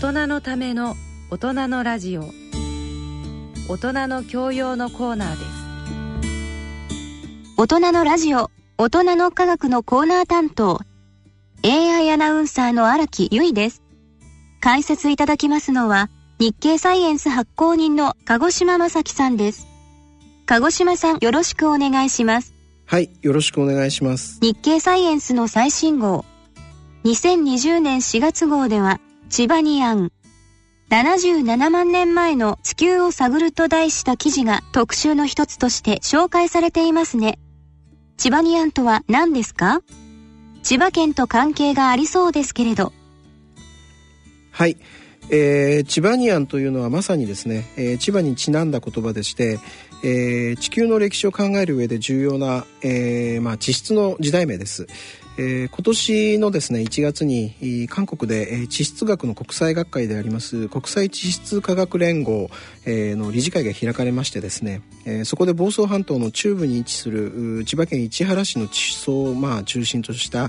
人のための大人のラジオ、大人の教養のコーナーです。 大人のラジオ、大人の科学のコーナー担当、AI アナウンサーの荒木由衣です。解説いただきますのは、日経サイエンス発行人の鹿児島正樹さんです。鹿児島さん、よろしくお願いします。 はい、よろしくお願いします。 日経サイエンスの最新号、2020年4月号では、チバニアン、77万年前の地球を探ると題した記事が特集の一つとして紹介されていますね。チバニアンとは何ですか？千葉県と関係がありそうですけれど。 はい、チバニアンというのはまさにですね、千葉にちなんだ言葉でして、地球の歴史を考える上で重要な、地質の時代名です。今年のですね1月に韓国で地質学の国際学会であります国際地質科学連合の理事会が開かれましてですね、そこで房総半島の中部に位置する千葉県市原市の地層を中心とした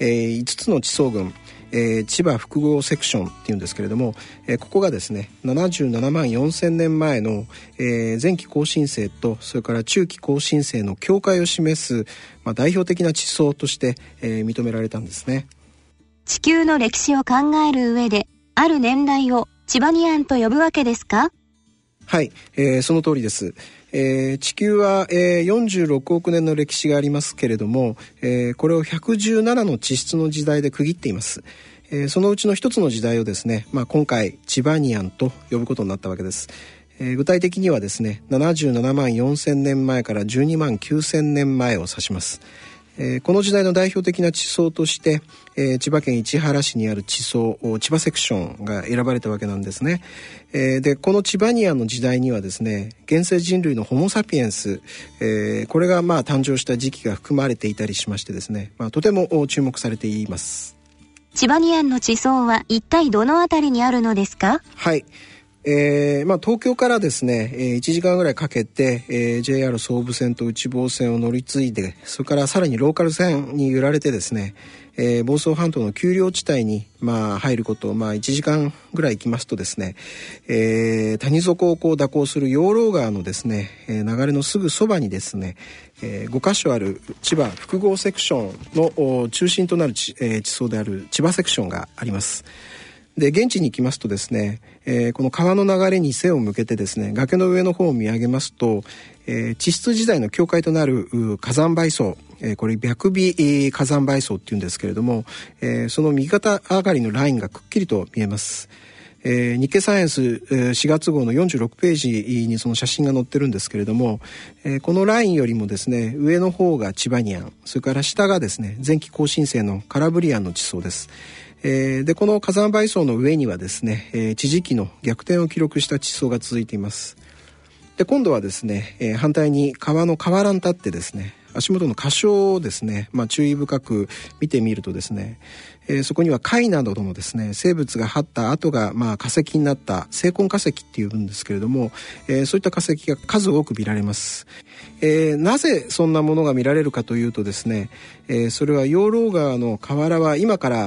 5つの地層群、千葉複合セクションっていうんですけれども、ここがですね77万4000年前の、前期更新星とそれから中期更新星の境界を示す、代表的な地層として、認められたんですね。 地球の歴史を考える上である年代をチバニアンと呼ぶわけですか？ はい、その通りです。地球は、46億年の歴史がありますけれども、これを117の地質の時代で区切っています。そのうちの一つの時代をですね、今回チバニアンと呼ぶことになったわけです。具体的にはですね77万4000年前から12万9000年前を指します。この時代の代表的な地層として、千葉県市原市にある地層千葉セクションが選ばれたわけなんですね。でこのチバニアンの時代にはですね現世人類のホモサピエンス、これが誕生した時期が含まれていたりしましてですね、とても注目されています。 チバニアンの地層は一体どのあたりにあるのですか？ はい、東京からですね、1時間ぐらいかけて、JR 総武線と内房線を乗り継いで、それからさらにローカル線に揺られてですね、房総半島の丘陵地帯に、入ることを、1時間ぐらい行きますとですね、谷底を蛇行する養老川のですね、流れのすぐそばにですね、5カ所ある千葉複合セクションの中心となる地層である千葉セクションがあります。で現地に行きますとですね、この川の流れに背を向けてですね崖の上の方を見上げますと、地質時代の境界となる火山灰層、これ白尾火山灰層っていうんですけれども、その右肩上がりのラインがくっきりと見えます。日経サイエンス4月号の46ページにその写真が載ってるんですけれども、このラインよりもですね上の方がチバニアン、それから下がですね前期更新星のカラブリアンの地層です。でこの火山灰層の上にはですね、地磁気の逆転を記録した地層が続いています。で今度はですね、反対に川の河原に立ってですね足元の河床をですね、注意深く見てみるとですね、そこには貝などのですね生物が張った跡が化石になった成根化石っていうんですけれども、そういった化石が数多く見られます。なぜそんなものが見られるかというとですね、それは養老川の河原は今から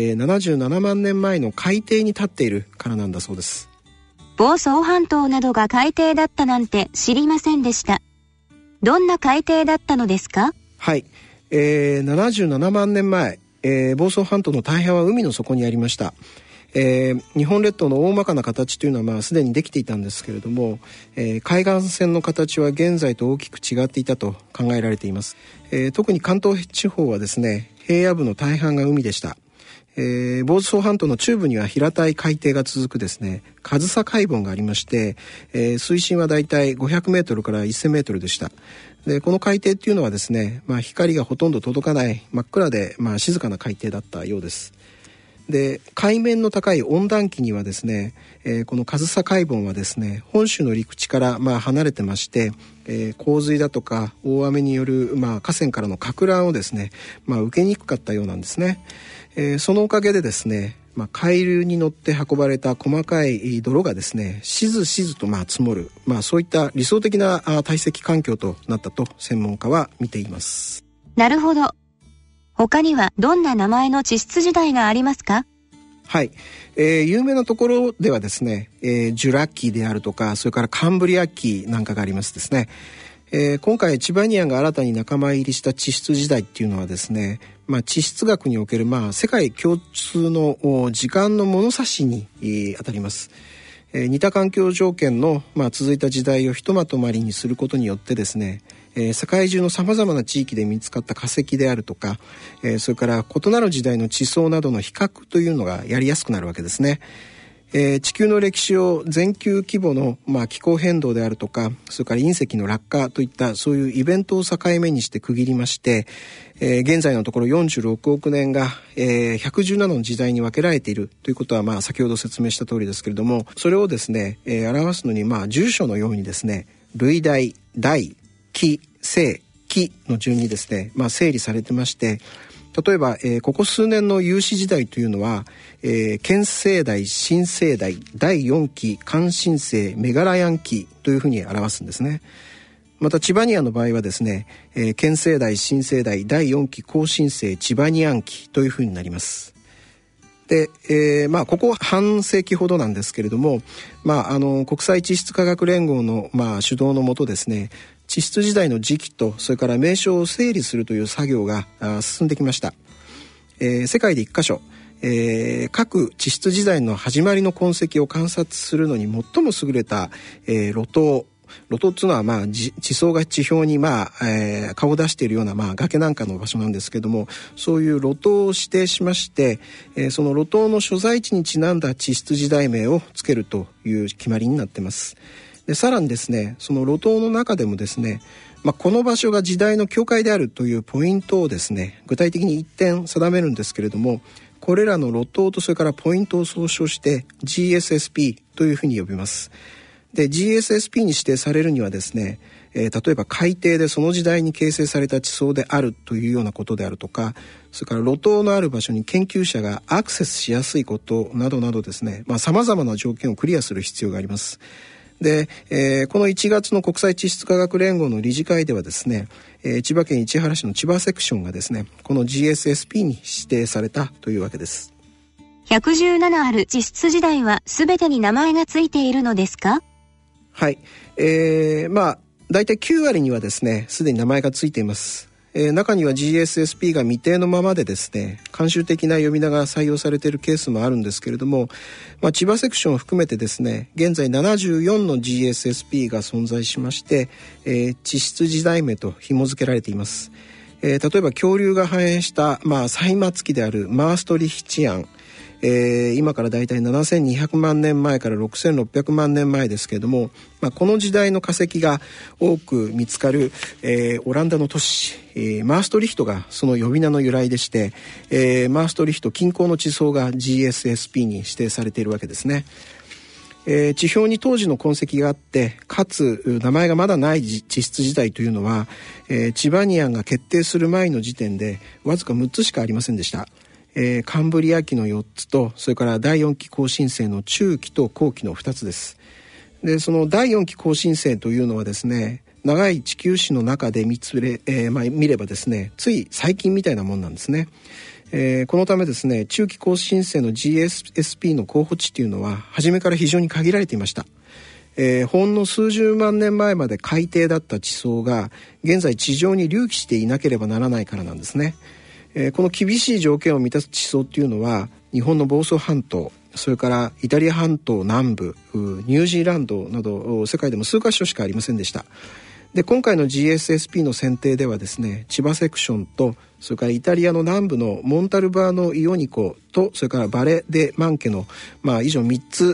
、77万年前の海底に立っているからなんだそうです。 房総半島などが海底だったなんて知りませんでした。どんな海底だったのですか？ はい、77万年前、房総半島の大半は海の底にありました。日本列島の大まかな形というのはすでにできていたんですけれども、海岸線の形は現在と大きく違っていたと考えられています。特に関東地方はですね平野部の大半が海でした。房総半島の中部には平たい海底が続くですね上総海盆がありまして、水深はだいたい500メートルから1000メートルでした。でこの海底っていうのはですね、光がほとんど届かない真っ暗で、静かな海底だったようです。で海面の高い温暖期にはですね、この上総海盆はですね本州の陸地から離れてまして、洪水だとか大雨による河川からの撹乱をですね、受けにくかったようなんですね。そのおかげでですね、海流に乗って運ばれた細かい泥がですねしずしずと積もる、そういった理想的な堆積環境となったと専門家は見ています。 なるほど。他にはどんな名前の地質時代がありますか？ はい、有名なところではですね、ジュラ紀であるとか、それからカンブリア紀なんかがありますですね。今回チバニアンが新たに仲間入りした地質時代っていうのはですね、地質学における世界共通の時間の物差しに当たります。似た環境条件の続いた時代をひとまとまりにすることによってですね、世界中のさまざまな地域で見つかった化石であるとか、それから異なる時代の地層などの比較というのがやりやすくなるわけですね。地球の歴史を全球規模の、気候変動であるとか、それから隕石の落下といったそういうイベントを境目にして区切りまして、現在のところ46億年が、117の時代に分けられているということは、先ほど説明した通りですけれども、それをですね、表すのに住所のようにですね、類代、代、紀、世、紀の順にですね、整理されてまして、例えば、ここ数年の有史時代というのは、憲政代、新政代、第4期、漢新世、メガラヤン期というふうに表すんですね。またチバニアンの場合はですね、憲政代、新政代、第4期、後新世、チバニアン期というふうになります。で、ここ半世紀ほどなんですけれども、国際地質科学連合の、主導のもとですね、地質時代の時期とそれから名称を整理するという作業が進んできました。世界で1カ所、各地質時代の始まりの痕跡を観察するのに最も優れた、露頭っていうのは地層が地表に顔を出しているような崖なんかの場所なんですけども、そういう露頭を指定しまして、その露頭の所在地にちなんだ地質時代名をつけるという決まりになっています。でさらにですね、その露頭の中でもですね、この場所が時代の境界であるというポイントをですね、具体的に一点定めるんですけれども、これらの露頭とそれからポイントを総称して GSSP というふうに呼びます。で GSSP に指定されるにはですね、例えば海底でその時代に形成された地層であるというようなことであるとか、それから露頭のある場所に研究者がアクセスしやすいことなどなどですね、様々な条件をクリアする必要があります。で、この1月の国際地質科学連合の理事会ではですね、千葉県市原市の千葉セクションがですね、この GSSP に指定されたというわけです。 117ある地質時代は全てに名前がついているのですか？ はい、だいたい9割にはですね、すでに名前がついています。中には GSSP が未定のままでですね、慣習的な呼び名が採用されているケースもあるんですけれども、千葉セクションを含めてですね、現在74の GSSP が存在しまして、地質時代名と紐付けられています。例えば恐竜が繁栄した、最末期であるマーストリヒチアン、今からだいたい7200万年前から6600万年前ですけれども、この時代の化石が多く見つかる、オランダの都市、マーストリヒトがその呼び名の由来でして、マーストリヒト近郊の地層が GSSP に指定されているわけですね。地表に当時の痕跡があって、かつ名前がまだない地質時代というのは、チバニアンが決定する前の時点でわずか6つしかありませんでした。カンブリア紀の4つと、それから第4期後新世の中期と後期の2つです。でその第4期後新世というのはですね、長い地球史の中で見ればですね、つい最近みたいなもんなんですね。このためですね、中期後新世の GSSP の候補地というのは初めから非常に限られていました。ほんの数十万年前まで海底だった地層が現在地上に隆起していなければならないからなんですね。この厳しい条件を満たす地層っていうのは、日本の房総半島、それからイタリア半島南部、ニュージーランドなど世界でも数カ所しかありませんでした。で今回の GSSP の選定ではですね、千葉セクションと、それからイタリアの南部のモンタルバーノ・イオニコと、それからバレ・デ・マンケの、以上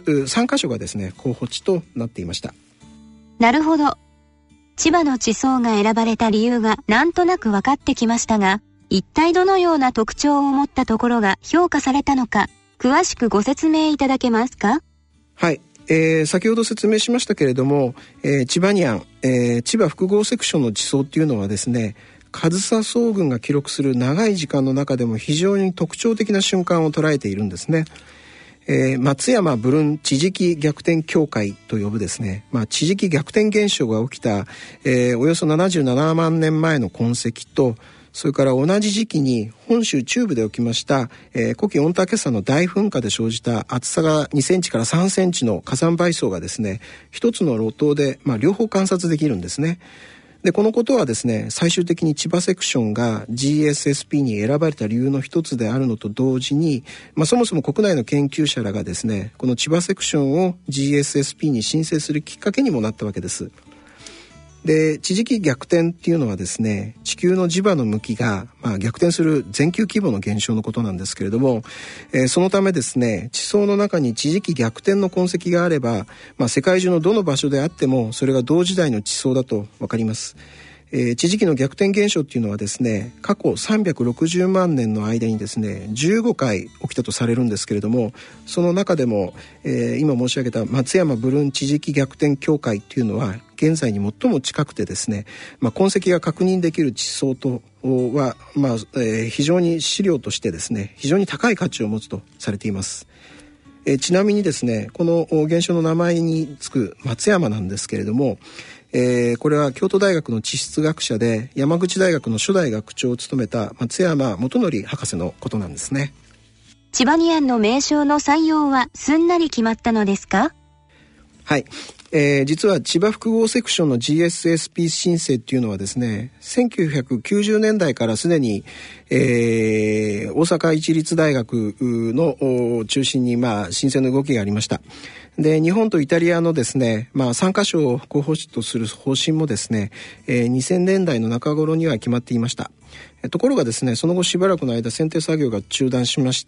3カ所がですね、候補地となっていました。 なるほど。千葉の地層が選ばれた理由がなんとなく分かってきましたが、一体どのような特徴を持ったところが評価されたのか、詳しくご説明いただけますか？ はい、先ほど説明しましたけれども、チバニアン、千葉複合セクションの地層っていうのはですね、上総層群が記録する長い時間の中でも非常に特徴的な瞬間を捉えているんですね。松山ブルン地磁気逆転境界と呼ぶですね、地磁気逆転現象が起きた、およそ77万年前の痕跡と、 それから同じ時期に本州中部で起きました、古希御嶽山の大噴火で生じた厚さが2センチから3センチの火山灰層がですね、一つの路頭で、両方観察できるんですね。でこのことはですね、最終的に千葉セクションが GSSP に選ばれた理由の一つであるのと同時に、そもそも国内の研究者らがですね、この千葉セクションを GSSP に申請するきっかけにもなったわけです。で地磁気逆転っていうのはですね、地球の磁場の向きが、逆転する全球規模の現象のことなんですけれども、そのためですね、地層の中に地磁気逆転の痕跡があれば、世界中のどの場所であってもそれが同時代の地層だと分かります。地磁気の逆転現象っていうのはですね、過去360万年の間にですね15回起きたとされるんですけれども、その中でも、今申し上げた松山ブルーン地磁気逆転境界っていうのは現在に最も近くてですね、痕跡が確認できる地層とは、非常に資料としてですね非常に高い価値を持つとされています。ちなみにですね、この現象の名前につく松山なんですけれども、これは京都大学の地質学者で山口大学の初代学長を務めた松山元則博士のことなんですね。 チバニアンの名称の採用はすんなり決まったのですか？ はい、実は千葉複合セクションの GSSP 申請っていうのはですね、1990年代からすでに、大阪市立大学の中心に申請の動きがありました。で日本とイタリアのですね、3カ所を候補地とする方針もですね、2000年代の中頃には決まっていました。ところがですね、その後しばらくの間選定作業が中断しまして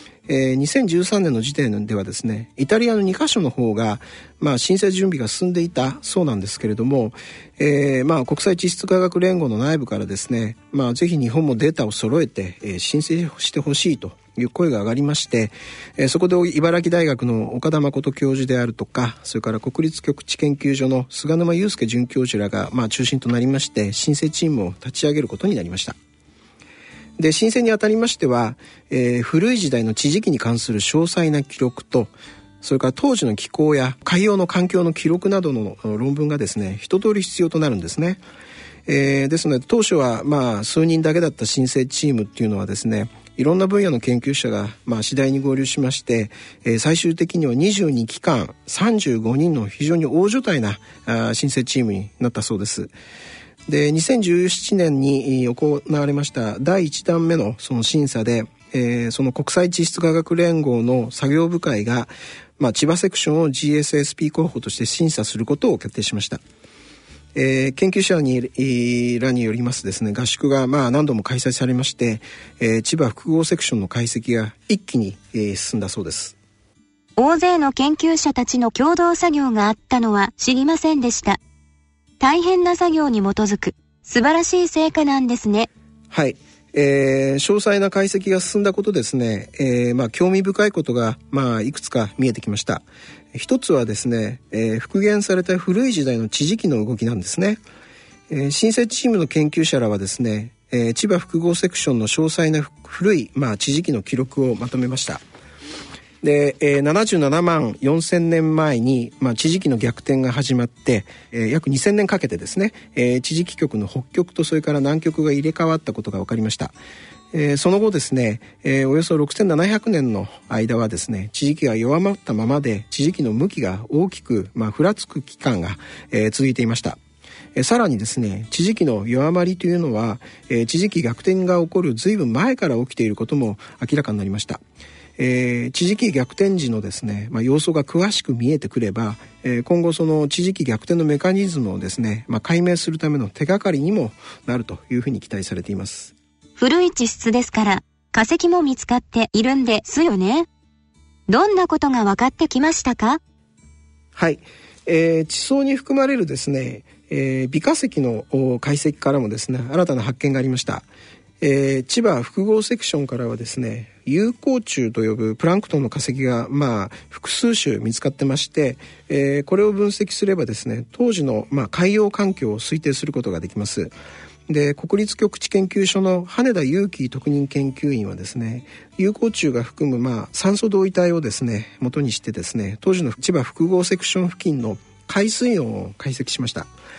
、2013年の時点ではですね、イタリアの2カ所の方が、申請準備が進んでいたそうなんですけれども、国際地質科学連合の内部からですね、ぜひ日本もデータを揃えて、申請してほしいという声が上がりまして、そこで茨城大学の岡田誠教授であるとか、それから国立極地研究所の菅沼祐介准教授らが中心となりまして、申請チームを立ち上げることになりました。で申請にあたりましては、古い時代の地磁気に関する詳細な記録と、それから当時の気候や海洋の環境の記録などの論文がですね一通り必要となるんですね。ですので当初は数人だけだった申請チームっていうのはですね、いろんな分野の研究者が次第に合流しまして、最終的には22機関35人の非常に大所帯な申請チームになったそうです。で2017年に行われました第1弾目のその審査で、その国際地質科学連合の作業部会が、千葉セクションを GSSP 候補として審査することを決定しました。研究者らによりますですね、合宿が何度も開催されまして、千葉複合セクションの解析が一気に、進んだそうです。 大勢の研究者たちの共同作業があったのは知りませんでした。大変な作業に基づく素晴らしい成果なんですね。 はい、詳細な解析が進んだことですね、興味深いことがいくつか見えてきました。一つはですね、復元された古い時代の地磁気の動きなんですね。申請チームの研究者らはですね、千葉複合セクションの詳細な古い、地磁気の記録をまとめました。で、77万4000年前に、地磁気の逆転が始まって、約2000年かけてですね、地磁気極の北極とそれから南極が入れ替わったことが分かりました。その後ですね、およそ6700年の間はですね、地磁気が弱まったままで地磁気の向きが大きく、ふらつく期間が、続いていました。さらにですね、地磁気の弱まりというのは、地磁気逆転が起こるずいぶん前から起きていることも明らかになりました。地磁気逆転時のですね、要素が詳しく見えてくれば、今後その地磁気逆転のメカニズムをですね、解明するための手がかりにもなるというふうに期待されています。 古い地質ですから化石も見つかっているんですよね。どんなことが分かってきましたか？ はい、地層に含まれるですね、微化石の解析からもですね、新たな発見がありました。千葉複合セクションからはですね、有孔虫と呼ぶプランクトンの化石が複数種見つかってまして、これを分析すればですね、当時の海洋環境を推定することができます。で、国立極地研究所の羽田祐樹特任研究員はですね、有孔虫が含む酸素同位体をですね元にしてですね、当時の千葉複合セクション付近の海水温を解析しました。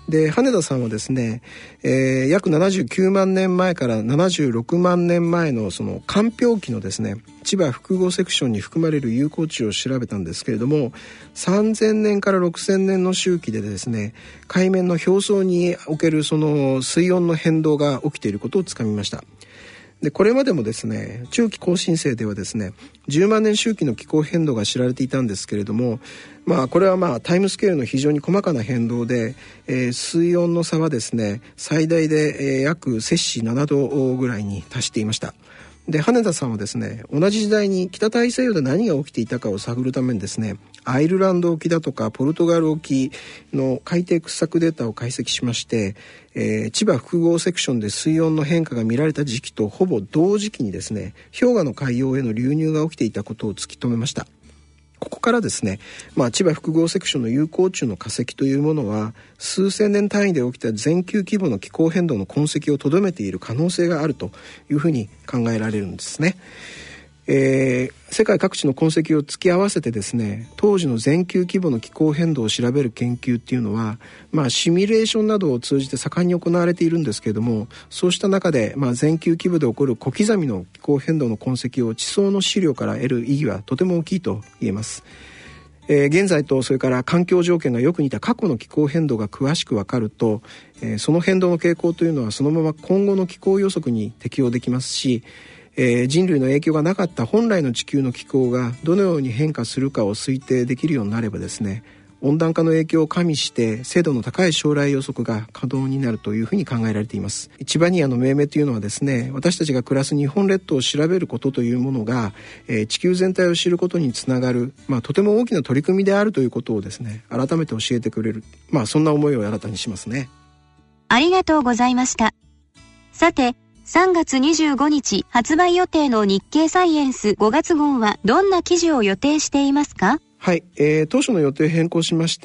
で羽田さんはですね、約79万年前から76万年前のその間氷期のですね千葉複合セクションに含まれる有効値を調べたんですけれども、3000年から6000年の周期でですね海面の表層におけるその水温の変動が起きていることをつかみました。でこれまでもですね中期更新世ではですね10万年周期の気候変動が知られていたんですけれども、これはタイムスケールの非常に細かな変動で、水温の差はですね最大で、約摂氏7度ぐらいに達していました。で羽田さんはですね同じ時代に北大西洋で何が起きていたかを探るためにですねアイルランド沖だとかポルトガル沖の海底掘削データを解析しまして、千葉複合セクションで水温の変化が見られた時期とほぼ同時期にですね氷河の海洋への流入が起きていたことを突き止めました。ここからですね、千葉複合セクションの有効値の化石というものは数千年単位で起きた全球規模の気候変動の痕跡をとどめている可能性があるというふうに考えられるんですね。世界各地の痕跡を突き合わせてですね当時の全球規模の気候変動を調べる研究っていうのは、シミュレーションなどを通じて盛んに行われているんですけれども、そうした中で、全球規模で起こる小刻みの気候変動の痕跡を地層の資料から得る意義はとても大きいと言えます。現在とそれから環境条件がよく似た過去の気候変動が詳しく分かると、その変動の傾向というのはそのまま今後の気候予測に適用できますし、人類の影響がなかった本来の地球の気候がどのように変化するかを推定できるようになればですね温暖化の影響を加味して精度の高い将来予測が可能になるというふうに考えられています。チバニアの命名というのはですね私たちが暮らす日本列島を調べることというものが、地球全体を知ることにつながる、とても大きな取り組みであるということをですね改めて教えてくれる、そんな思いを新たにしますね。 ありがとうございました。さて3月25日発売予定の日経サイエンス5月号はどんな記事を予定していますか？ はい、当初の予定変更しまして、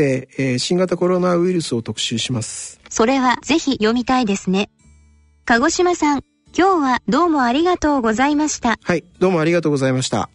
新型コロナウイルスを特集します。 それはぜひ読みたいですね。鹿児島さん、今日はどうもありがとうございました。 はい、どうもありがとうございました。